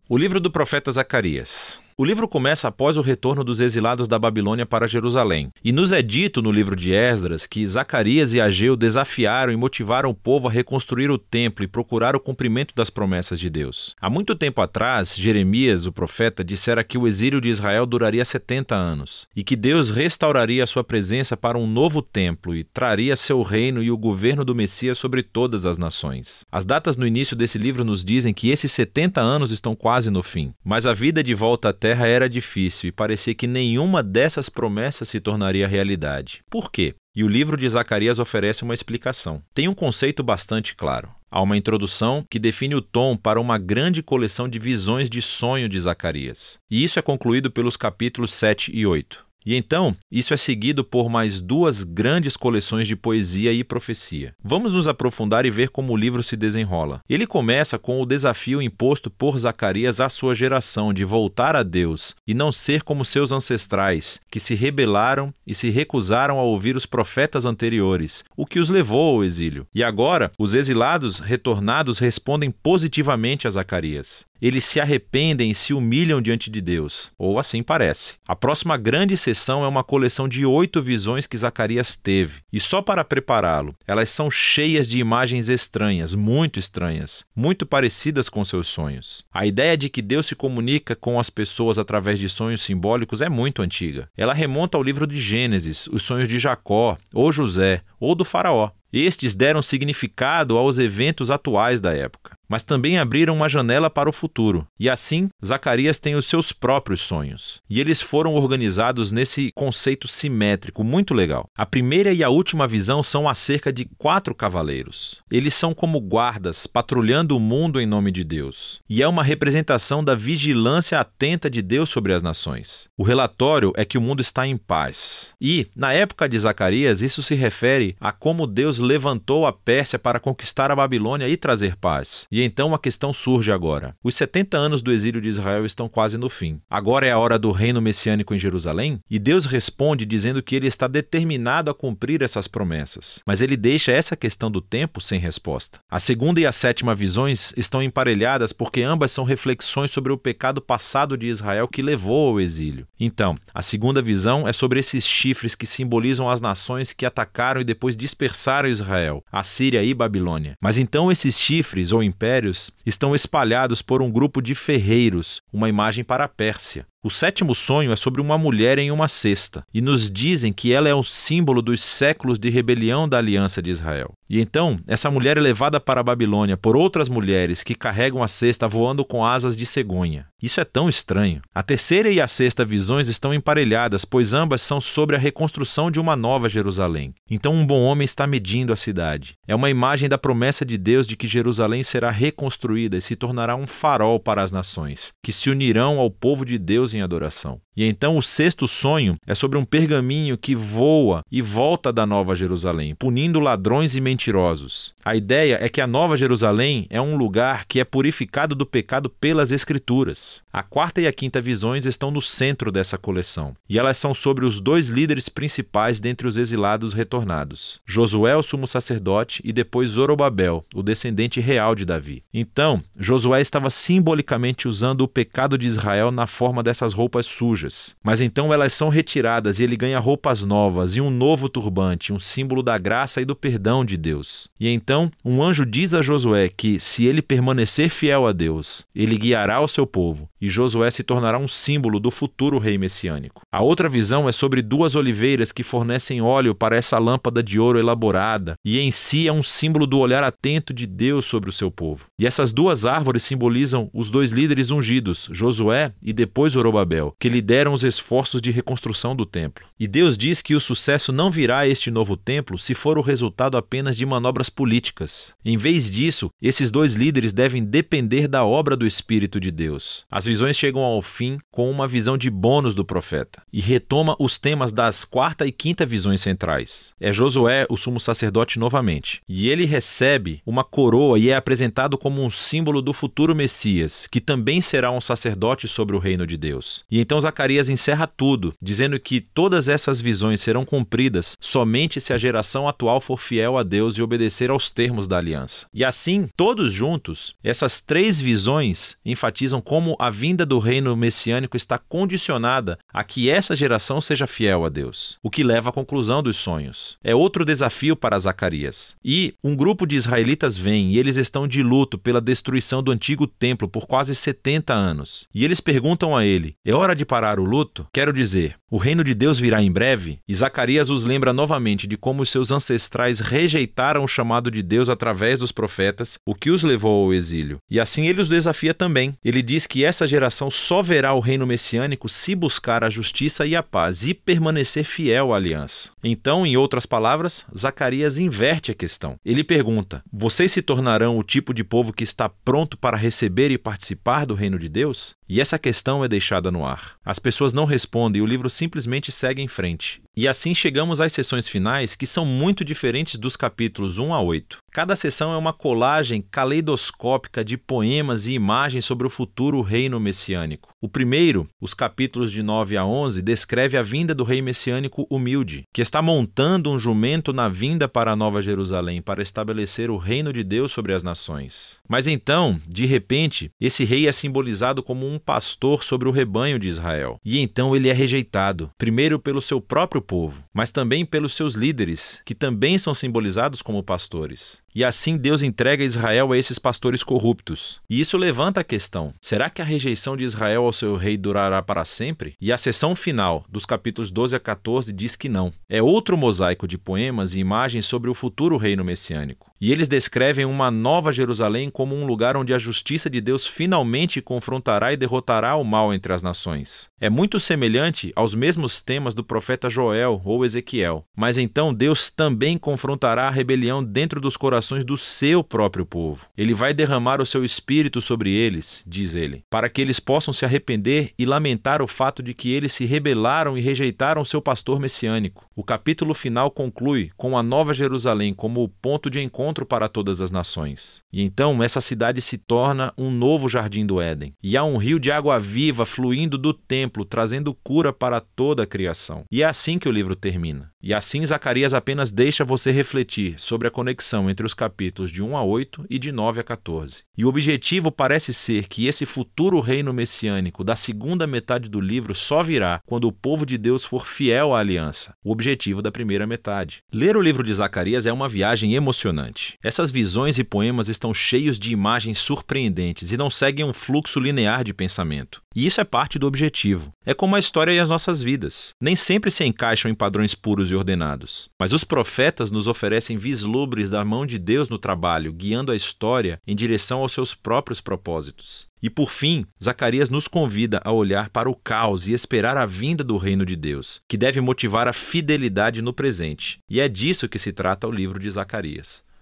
O livro do profeta Zacarias. O livro começa após o retorno dos exilados da Babilônia para Jerusalém. E nos é dito no livro de Esdras que Zacarias e Ageu desafiaram e motivaram o povo a reconstruir o templo e procurar o cumprimento das promessas de Deus. Há muito tempo atrás, Jeremias, o profeta, dissera que o exílio de Israel duraria 70 anos e que Deus restauraria a sua presença para um novo templo e traria seu reino e o governo do Messias sobre todas as nações. As datas no início desse livro nos dizem que esses 70 anos estão quase no fim. Mas a vida de volta à terra era difícil e parecia que nenhuma dessas promessas se tornaria realidade. Por quê? E o livro de Zacarias oferece uma explicação. Tem um conceito bastante claro. Há uma introdução que define o tom para uma grande coleção de visões de sonho de Zacarias. E isso é concluído pelos capítulos 7 e 8. E então, isso é seguido por mais duas grandes coleções de poesia e profecia. Vamos nos aprofundar e ver como o livro se desenrola. Ele começa com o desafio imposto por Zacarias à sua geração de voltar a Deus e não ser como seus ancestrais, que se rebelaram e se recusaram a ouvir os profetas anteriores, o que os levou ao exílio. E agora, os exilados retornados respondem positivamente a Zacarias. Eles se arrependem e se humilham diante de Deus, ou assim parece. A próxima grande sessão é uma coleção de 8 visões que Zacarias teve, e só para prepará-lo, elas são cheias de imagens estranhas, muito parecidas com seus sonhos. A ideia de que Deus se comunica com as pessoas através de sonhos simbólicos é muito antiga. Ela remonta ao livro de Gênesis, os sonhos de Jacó, ou José, ou do faraó. Estes deram significado aos eventos atuais da época, mas também abriram uma janela para o futuro. E assim, Zacarias tem os seus próprios sonhos. E eles foram organizados nesse conceito simétrico muito legal. A primeira e a última visão são acerca de 4 cavaleiros. Eles são como guardas, patrulhando o mundo em nome de Deus. E é uma representação da vigilância atenta de Deus sobre as nações. O relatório é que o mundo está em paz. E, na época de Zacarias, isso se refere a como Deus levantou a Pérsia para conquistar a Babilônia e trazer paz. E então a questão surge agora. Os 70 anos do exílio de Israel estão quase no fim. Agora é a hora do reino messiânico em Jerusalém? E Deus responde dizendo que ele está determinado a cumprir essas promessas. Mas ele deixa essa questão do tempo sem resposta. A segunda e a sétima visões estão emparelhadas porque ambas são reflexões sobre o pecado passado de Israel que levou ao exílio. Então, a segunda visão é sobre esses chifres que simbolizam as nações que atacaram e depois dispersaram Israel, Assíria e Babilônia. Mas então esses chifres ou impérios estão espalhados por um grupo de ferreiros, uma imagem para a Pérsia. O sétimo sonho é sobre uma mulher em uma cesta, e nos dizem que ela é o símbolo dos séculos de rebelião da aliança de Israel. E então, essa mulher é levada para a Babilônia por outras mulheres que carregam a cesta voando com asas de cegonha. Isso é tão estranho. A terceira e a sexta visões estão emparelhadas, pois ambas são sobre a reconstrução de uma nova Jerusalém. Então um bom homem está medindo a cidade. É uma imagem da promessa de Deus de que Jerusalém será reconstruída e se tornará um farol para as nações, que se unirão ao povo de Deus em adoração. E então o sexto sonho é sobre um pergaminho que voa e volta da Nova Jerusalém, punindo ladrões e mentirosos. A ideia é que a Nova Jerusalém é um lugar que é purificado do pecado pelas Escrituras. A quarta e a quinta visões estão no centro dessa coleção, e elas são sobre os 2 líderes principais dentre os exilados retornados, Josué, o sumo sacerdote, e depois Zorobabel, o descendente real de Davi. Então, Josué estava simbolicamente usando o pecado de Israel na forma dessas roupas sujas. Mas então elas são retiradas e ele ganha roupas novas e um novo turbante, um símbolo da graça e do perdão de Deus. E então um anjo diz a Josué que, se ele permanecer fiel a Deus, ele guiará o seu povo, e Josué se tornará um símbolo do futuro rei messiânico. A outra visão é sobre 2 oliveiras que fornecem óleo para essa lâmpada de ouro elaborada, e em si é um símbolo do olhar atento de Deus sobre o seu povo. E essas 2 árvores simbolizam os 2 líderes ungidos, Josué e depois Zorobabel, que lideram os esforços de reconstrução do templo. E Deus diz que o sucesso não virá a este novo templo se for o resultado apenas de manobras políticas. Em vez disso, esses 2 líderes devem depender da obra do Espírito de Deus. As visões chegam ao fim com uma visão de bônus do profeta e retoma os temas das quarta e quinta visões centrais. É Josué, o sumo sacerdote, novamente. E ele recebe uma coroa e é apresentado como um símbolo do futuro Messias, que também será um sacerdote sobre o reino de Deus. Deus. E então Zacarias encerra tudo, dizendo que todas essas visões serão cumpridas somente se a geração atual for fiel a Deus e obedecer aos termos da aliança. E assim, todos juntos, essas 3 visões enfatizam como a vinda do reino messiânico está condicionada a que essa geração seja fiel a Deus, o que leva à conclusão dos sonhos. É outro desafio para Zacarias. E um grupo de israelitas vem e eles estão de luto pela destruição do antigo templo por quase 70 anos. E eles perguntam a ele: é hora de parar o luto? Quero dizer, o reino de Deus virá em breve? E Zacarias os lembra novamente de como os seus ancestrais rejeitaram o chamado de Deus através dos profetas, o que os levou ao exílio. E assim ele os desafia também. Ele diz que essa geração só verá o reino messiânico se buscar a justiça e a paz e permanecer fiel à aliança. Então, em outras palavras, Zacarias inverte a questão. Ele pergunta: vocês se tornarão o tipo de povo que está pronto para receber e participar do reino de Deus? E essa questão é deixada no ar. As pessoas não respondem e o livro simplesmente segue em frente. E assim chegamos às sessões finais, que são muito diferentes dos capítulos 1 a 8. Cada sessão é uma colagem caleidoscópica de poemas e imagens sobre o futuro reino messiânico. O primeiro, os capítulos de 9 a 11, descreve a vinda do rei messiânico humilde, que está montando um jumento na vinda para a Nova Jerusalém para estabelecer o reino de Deus sobre as nações. Mas então, de repente, esse rei é simbolizado como um pastor sobre o rebanho de Israel. E então ele é rejeitado, primeiro pelo seu próprio povo, mas também pelos seus líderes, que também são simbolizados como pastores. E assim Deus entrega Israel a esses pastores corruptos. E isso levanta a questão: será que a rejeição de Israel ao seu rei durará para sempre? E a sessão final, dos capítulos 12 a 14, diz que não. É outro mosaico de poemas e imagens sobre o futuro reino messiânico. E eles descrevem uma nova Jerusalém como um lugar onde a justiça de Deus finalmente confrontará e derrotará o mal entre as nações. É muito semelhante aos mesmos temas do profeta Joel ou Ezequiel. Mas então Deus também confrontará a rebelião dentro dos corações do seu próprio povo. Ele vai derramar o seu espírito sobre eles, diz ele, para que eles possam se arrepender e lamentar o fato de que eles se rebelaram e rejeitaram seu pastor messiânico. O capítulo final conclui com a Nova Jerusalém como o ponto de encontro para todas as nações. E então essa cidade se torna um novo jardim do Éden. E há um rio de água viva fluindo do templo, trazendo cura para toda a criação. E é assim que o livro termina. E assim Zacarias apenas deixa você refletir sobre a conexão entre os capítulos de 1 a 8 e de 9 a 14. E o objetivo parece ser que esse futuro reino messiânico da segunda metade do livro só virá quando o povo de Deus for fiel à aliança, o objetivo da primeira metade. Ler o livro de Zacarias é uma viagem emocionante. Essas visões e poemas estão cheios de imagens surpreendentes e não seguem um fluxo linear de pensamento. E isso é parte do objetivo. É como a história e as nossas vidas. Nem sempre se encaixam em padrões puros e ordenados. Mas os profetas nos oferecem vislumbres da mão de Deus no trabalho, guiando a história em direção aos seus próprios propósitos. E por fim, Zacarias nos convida a olhar para o caos e esperar a vinda do reino de Deus, que deve motivar a fidelidade no presente. E é disso que se trata o livro de Zacarias.